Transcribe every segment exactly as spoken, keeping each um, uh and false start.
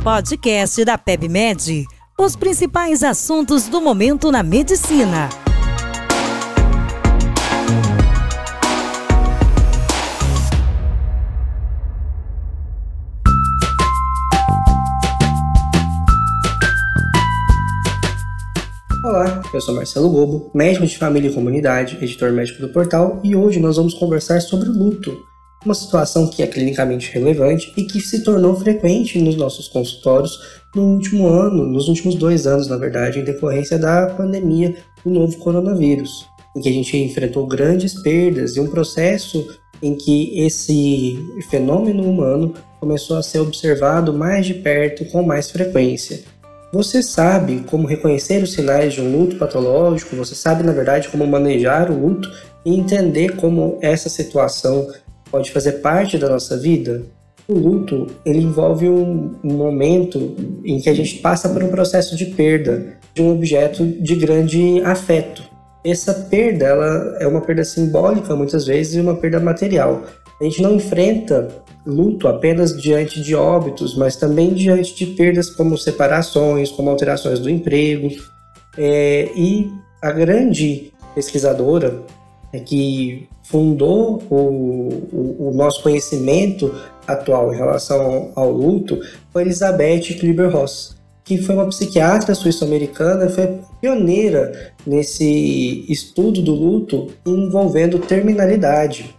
Podcast da PebMed. Os principais assuntos do momento na medicina. Olá, eu sou Marcelo Gobo, médico de família e comunidade, editor médico do portal, e hoje nós vamos conversar sobre o luto, uma situação que é clinicamente relevante e que se tornou frequente nos nossos consultórios no último ano, nos últimos dois anos, na verdade, em decorrência da pandemia do novo coronavírus, em que a gente enfrentou grandes perdas e um processo em que esse fenômeno humano começou a ser observado mais de perto, com mais frequência. Você sabe como reconhecer os sinais de um luto patológico, você sabe, na verdade, como manejar o luto e entender como essa situação pode fazer parte da nossa vida? O luto, ele envolve um, um momento em que a gente passa por um processo de perda de um objeto de grande afeto. Essa perda, ela é uma perda simbólica, muitas vezes, e uma perda material. A gente não enfrenta luto apenas diante de óbitos, mas também diante de perdas como separações, como alterações do emprego. É, e a grande pesquisadora é que fundou o, o, o nosso conhecimento atual em relação ao, ao luto foi Elisabeth Kübler-Ross, que foi uma psiquiatra suíço-americana, foi pioneira nesse estudo do luto envolvendo terminalidade.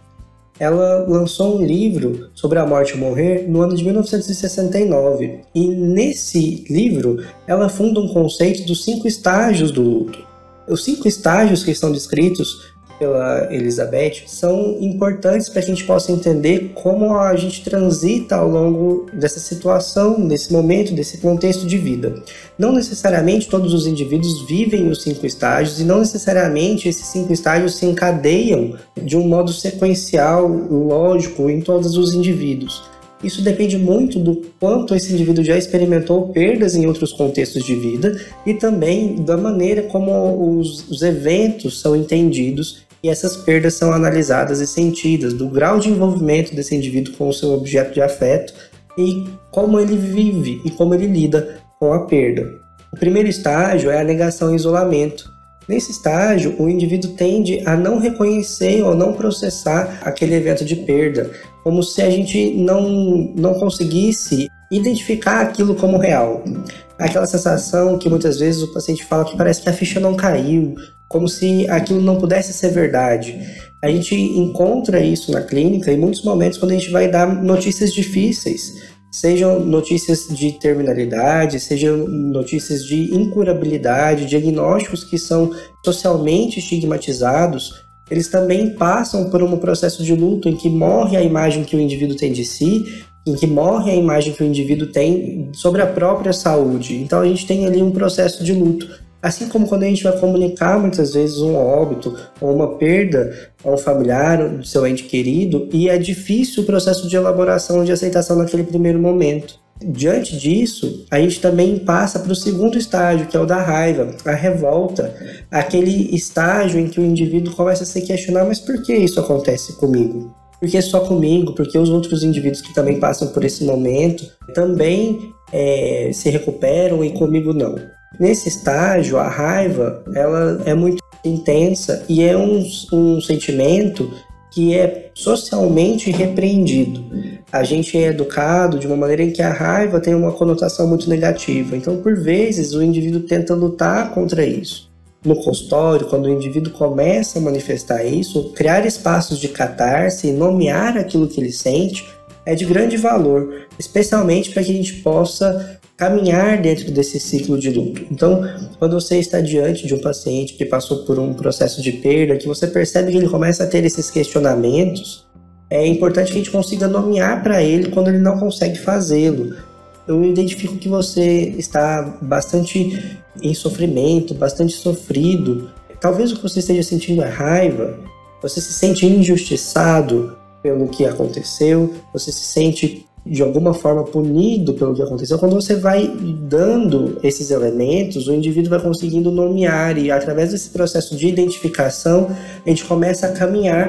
Ela lançou um livro sobre a morte e morrer no ano de mil novecentos e sessenta e nove, e nesse livro ela funda um conceito dos cinco estágios do luto. Os cinco estágios que estão descritos pela Elisabeth são importantes para que a gente possa entender como a gente transita ao longo dessa situação, desse momento, desse contexto de vida. Não necessariamente todos os indivíduos vivem os cinco estágios e não necessariamente esses cinco estágios se encadeiam de um modo sequencial, lógico, em todos os indivíduos. Isso depende muito do quanto esse indivíduo já experimentou perdas em outros contextos de vida e também da maneira como os, os eventos são entendidos e essas perdas são analisadas e sentidas, do grau de envolvimento desse indivíduo com o seu objeto de afeto e como ele vive e como ele lida com a perda. O primeiro estágio é a negação e isolamento. Nesse estágio, o indivíduo tende a não reconhecer ou não processar aquele evento de perda, como se a gente não, não conseguisse identificar aquilo como real. Aquela sensação que muitas vezes o paciente fala que parece que a ficha não caiu, como se aquilo não pudesse ser verdade. A gente encontra isso na clínica em muitos momentos quando a gente vai dar notícias difíceis, sejam notícias de terminalidade, sejam notícias de incurabilidade, diagnósticos que são socialmente estigmatizados. Eles também passam por um processo de luto em que morre a imagem que o indivíduo tem de si, em que morre a imagem que o indivíduo tem sobre a própria saúde. Então a gente tem ali um processo de luto. Assim como quando a gente vai comunicar muitas vezes um óbito ou uma perda a um familiar do seu ente querido, e é difícil o processo de elaboração de aceitação naquele primeiro momento. Diante disso, a gente também passa para o segundo estágio, que é o da raiva, a revolta, aquele estágio em que o indivíduo começa a se questionar: mas por que isso acontece comigo? Por que só comigo? Porque os outros indivíduos que também passam por esse momento também é, se recuperam e comigo não. Nesse estágio, a raiva ela é muito intensa e é um, um sentimento que é socialmente repreendido. A gente é educado de uma maneira em que a raiva tem uma conotação muito negativa. Então, por vezes, o indivíduo tenta lutar contra isso. No consultório, quando o indivíduo começa a manifestar isso, criar espaços de catarse e nomear aquilo que ele sente é de grande valor, especialmente para que a gente possa caminhar dentro desse ciclo de luto. Então, quando você está diante de um paciente que passou por um processo de perda, que você percebe que ele começa a ter esses questionamentos, é importante que a gente consiga nomear para ele quando ele não consegue fazê-lo. Eu identifico que você está bastante em sofrimento, bastante sofrido. Talvez o que você esteja sentindo é raiva, você se sente injustiçado pelo que aconteceu, você se sente de alguma forma punido pelo que aconteceu. Quando você vai dando esses elementos, o indivíduo vai conseguindo nomear, e através desse processo de identificação a gente começa a caminhar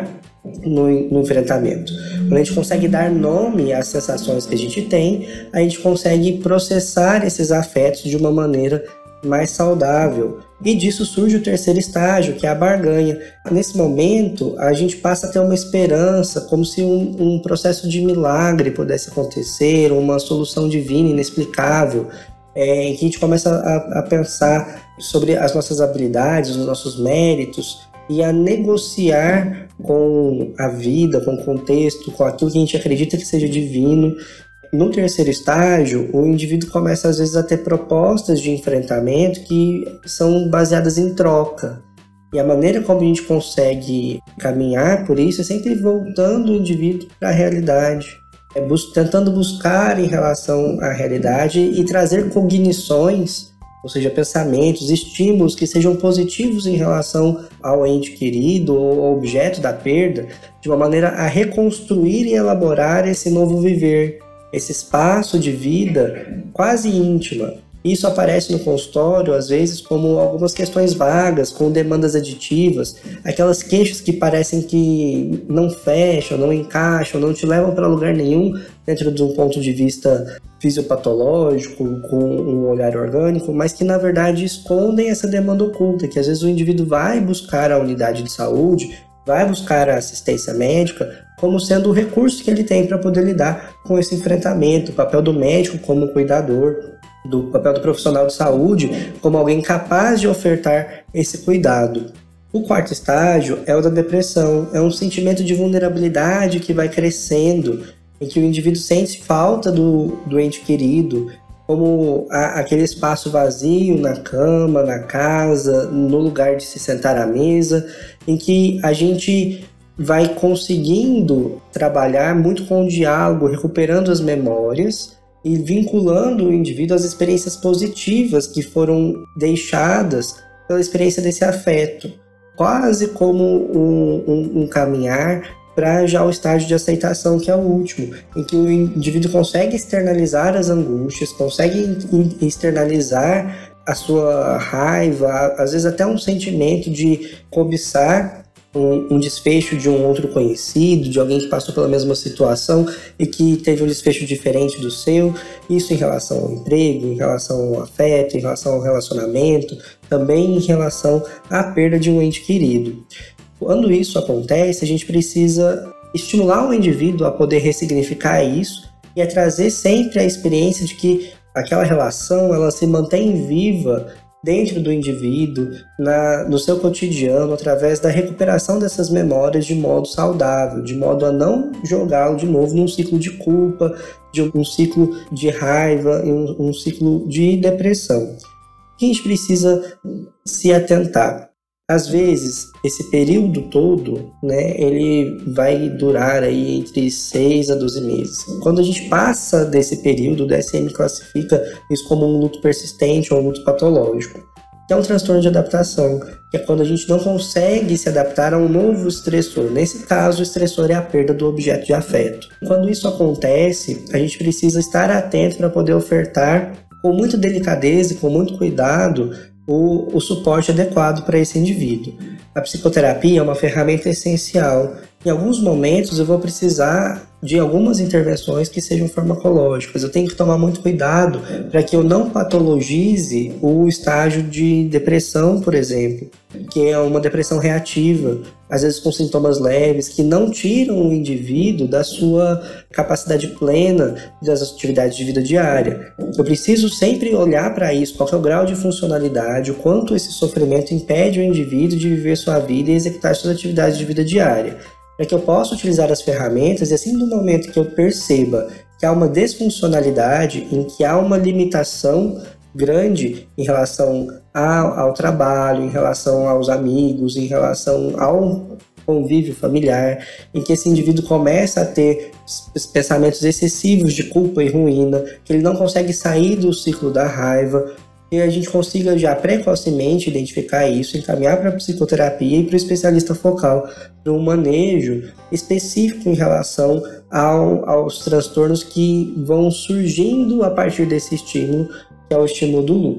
no, no enfrentamento. Quando a gente consegue dar nome às sensações que a gente tem, a gente consegue processar esses afetos de uma maneira mais saudável. E disso surge o terceiro estágio, que é a barganha. Nesse momento, a gente passa a ter uma esperança, como se um, um processo de milagre pudesse acontecer, uma solução divina, inexplicável, é, em que a gente começa a, a pensar sobre as nossas habilidades, os nossos méritos, e a negociar com a vida, com o contexto, com aquilo que a gente acredita que seja divino. No terceiro estágio, o indivíduo começa às vezes a ter propostas de enfrentamento que são baseadas em troca. E a maneira como a gente consegue caminhar por isso é sempre voltando o indivíduo para a realidade, é bus- tentando buscar em relação à realidade e trazer cognições, ou seja, pensamentos, estímulos que sejam positivos em relação ao ente querido ou ao objeto da perda, de uma maneira a reconstruir e elaborar esse novo viver, esse espaço de vida quase íntima. Isso aparece no consultório, às vezes, como algumas questões vagas, com demandas aditivas, aquelas queixas que parecem que não fecham, não encaixam, não te levam para lugar nenhum dentro de um ponto de vista fisiopatológico, com um olhar orgânico, mas que, na verdade, escondem essa demanda oculta, que às vezes o indivíduo vai buscar a unidade de saúde, vai buscar a assistência médica como sendo o recurso que ele tem para poder lidar com esse enfrentamento, o papel do médico como cuidador, do papel do profissional de saúde como alguém capaz de ofertar esse cuidado. O quarto estágio é o da depressão, é um sentimento de vulnerabilidade que vai crescendo, em que o indivíduo sente falta do, do ente querido, como a, aquele espaço vazio na cama, na casa, no lugar de se sentar à mesa, em que a gente vai conseguindo trabalhar muito com o diálogo, recuperando as memórias e vinculando o indivíduo às experiências positivas que foram deixadas pela experiência desse afeto, quase como um, um, um caminhar para já o estágio de aceitação, que é o último, em que o indivíduo consegue externalizar as angústias, consegue externalizar a sua raiva, às vezes até um sentimento de cobiçar um, um desfecho de um outro conhecido, de alguém que passou pela mesma situação e que teve um desfecho diferente do seu, isso em relação ao emprego, em relação ao afeto, em relação ao relacionamento, também em relação à perda de um ente querido. Quando isso acontece, a gente precisa estimular o indivíduo a poder ressignificar isso e a trazer sempre a experiência de que aquela relação ela se mantém viva dentro do indivíduo, na, no seu cotidiano, através da recuperação dessas memórias de modo saudável, de modo a não jogá-lo de novo num ciclo de culpa, de um, um ciclo de raiva, um, um ciclo de depressão. O que a gente precisa se atentar? Às vezes, esse período todo, né, ele vai durar aí entre seis a doze meses. Quando a gente passa desse período, o D S M classifica isso como um luto persistente ou um luto patológico, que é um transtorno de adaptação, que é quando a gente não consegue se adaptar a um novo estressor. Nesse caso, o estressor é a perda do objeto de afeto. Quando isso acontece, a gente precisa estar atento para poder ofertar com muita delicadeza e com muito cuidado O, o suporte adequado para esse indivíduo. A psicoterapia é uma ferramenta essencial. Em alguns momentos eu vou precisar de algumas intervenções que sejam farmacológicas. Eu tenho que tomar muito cuidado para que eu não patologize o estágio de depressão, por exemplo, que é uma depressão reativa, às vezes com sintomas leves, que não tiram o indivíduo da sua capacidade plena das atividades de vida diária. Eu preciso sempre olhar para isso, qual é o grau de funcionalidade, o quanto esse sofrimento impede o indivíduo de viver sua vida e executar suas atividades de vida diária, para que eu possa utilizar as ferramentas e assim no momento que eu perceba que há uma desfuncionalidade, em que há uma limitação grande em relação ao, ao trabalho, em relação aos amigos, em relação ao convívio familiar, em que esse indivíduo começa a ter pensamentos excessivos de culpa e ruína, que ele não consegue sair do ciclo da raiva, que a gente consiga já precocemente identificar isso, encaminhar para a psicoterapia e para o especialista focal, para um manejo específico em relação ao, aos transtornos que vão surgindo a partir desse estímulo, que é o estímulo do luto.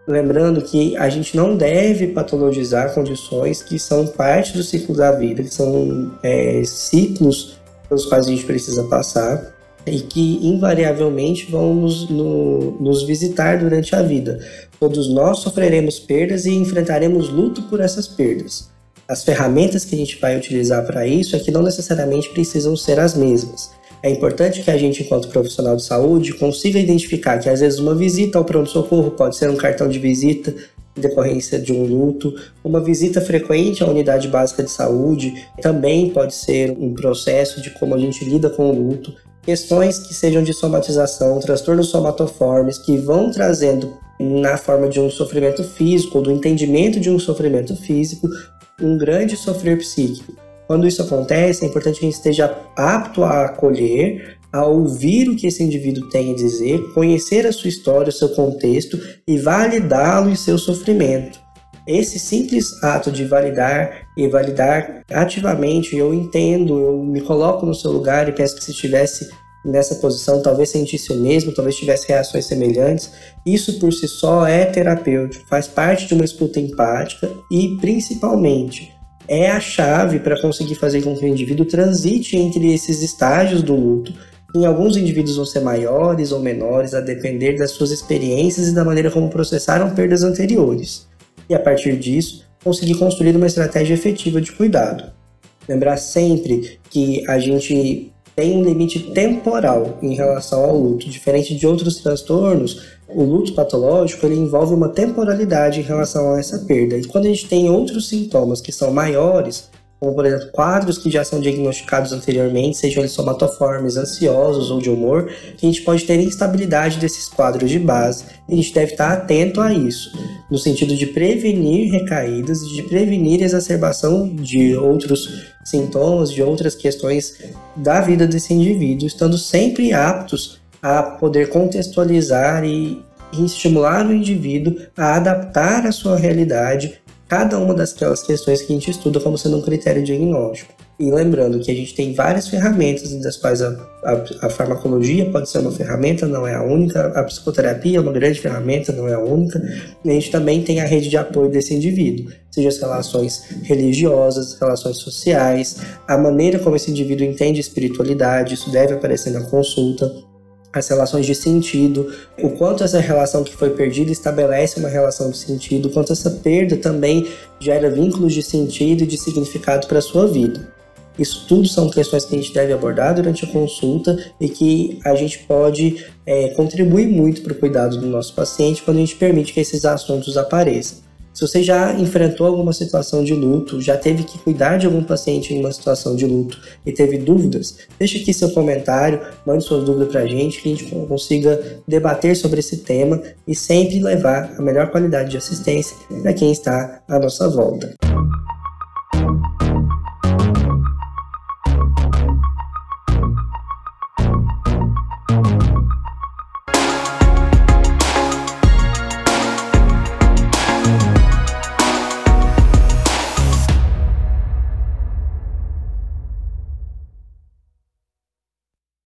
Lembrando que a gente não deve patologizar condições que são parte do ciclo da vida, que são é, ciclos pelos quais a gente precisa passar e que invariavelmente vão nos, no, nos visitar durante a vida. Todos nós sofreremos perdas e enfrentaremos luto por essas perdas. As ferramentas que a gente vai utilizar para isso é que não necessariamente precisam ser as mesmas. É importante que a gente, enquanto profissional de saúde, consiga identificar que às vezes uma visita ao pronto-socorro pode ser um cartão de visita em decorrência de um luto, uma visita frequente à unidade básica de saúde também pode ser um processo de como a gente lida com o luto, questões que sejam de somatização, transtornos somatoformes que vão trazendo na forma de um sofrimento físico, ou do entendimento de um sofrimento físico, um grande sofrer psíquico. Quando isso acontece, é importante que a gente esteja apto a acolher, a ouvir o que esse indivíduo tem a dizer, conhecer a sua história, o seu contexto e validá-lo e seu sofrimento. Esse simples ato de validar e validar ativamente, eu entendo, eu me coloco no seu lugar e penso que se estivesse nessa posição, talvez sentisse o mesmo, talvez tivesse reações semelhantes. Isso por si só é terapêutico, faz parte de uma escuta empática e, principalmente, é a chave para conseguir fazer com que o indivíduo transite entre esses estágios do luto. Em alguns indivíduos vão ser maiores ou menores, a depender das suas experiências e da maneira como processaram perdas anteriores. E a partir disso, conseguir construir uma estratégia efetiva de cuidado. Lembrar sempre que a gente tem um limite temporal em relação ao luto. Diferente de outros transtornos, o luto patológico ele envolve uma temporalidade em relação a essa perda. E quando a gente tem outros sintomas que são maiores, como por exemplo quadros que já são diagnosticados anteriormente, sejam eles somatoformes, ansiosos ou de humor, a gente pode ter instabilidade desses quadros de base e a gente deve estar atento a isso, no sentido de prevenir recaídas e de prevenir exacerbação de outros sintomas, de outras questões da vida desse indivíduo, estando sempre aptos a poder contextualizar e estimular o indivíduo a adaptar a sua realidade cada uma daquelas questões que a gente estuda como sendo um critério diagnóstico. E lembrando que a gente tem várias ferramentas, das quais a, a, a farmacologia pode ser uma ferramenta, não é a única, a psicoterapia é uma grande ferramenta, não é a única, e a gente também tem a rede de apoio desse indivíduo, seja as relações religiosas, relações sociais, a maneira como esse indivíduo entende espiritualidade, isso deve aparecer na consulta, as relações de sentido, o quanto essa relação que foi perdida estabelece uma relação de sentido, o quanto essa perda também gera vínculos de sentido e de significado para a sua vida. Isso tudo são questões que a gente deve abordar durante a consulta e que a gente pode é, contribuir muito para o cuidado do nosso paciente quando a gente permite que esses assuntos apareçam. Se você já enfrentou alguma situação de luto, já teve que cuidar de algum paciente em uma situação de luto e teve dúvidas, deixe aqui seu comentário, mande suas dúvidas para a gente, que a gente consiga debater sobre esse tema e sempre levar a melhor qualidade de assistência para quem está à nossa volta.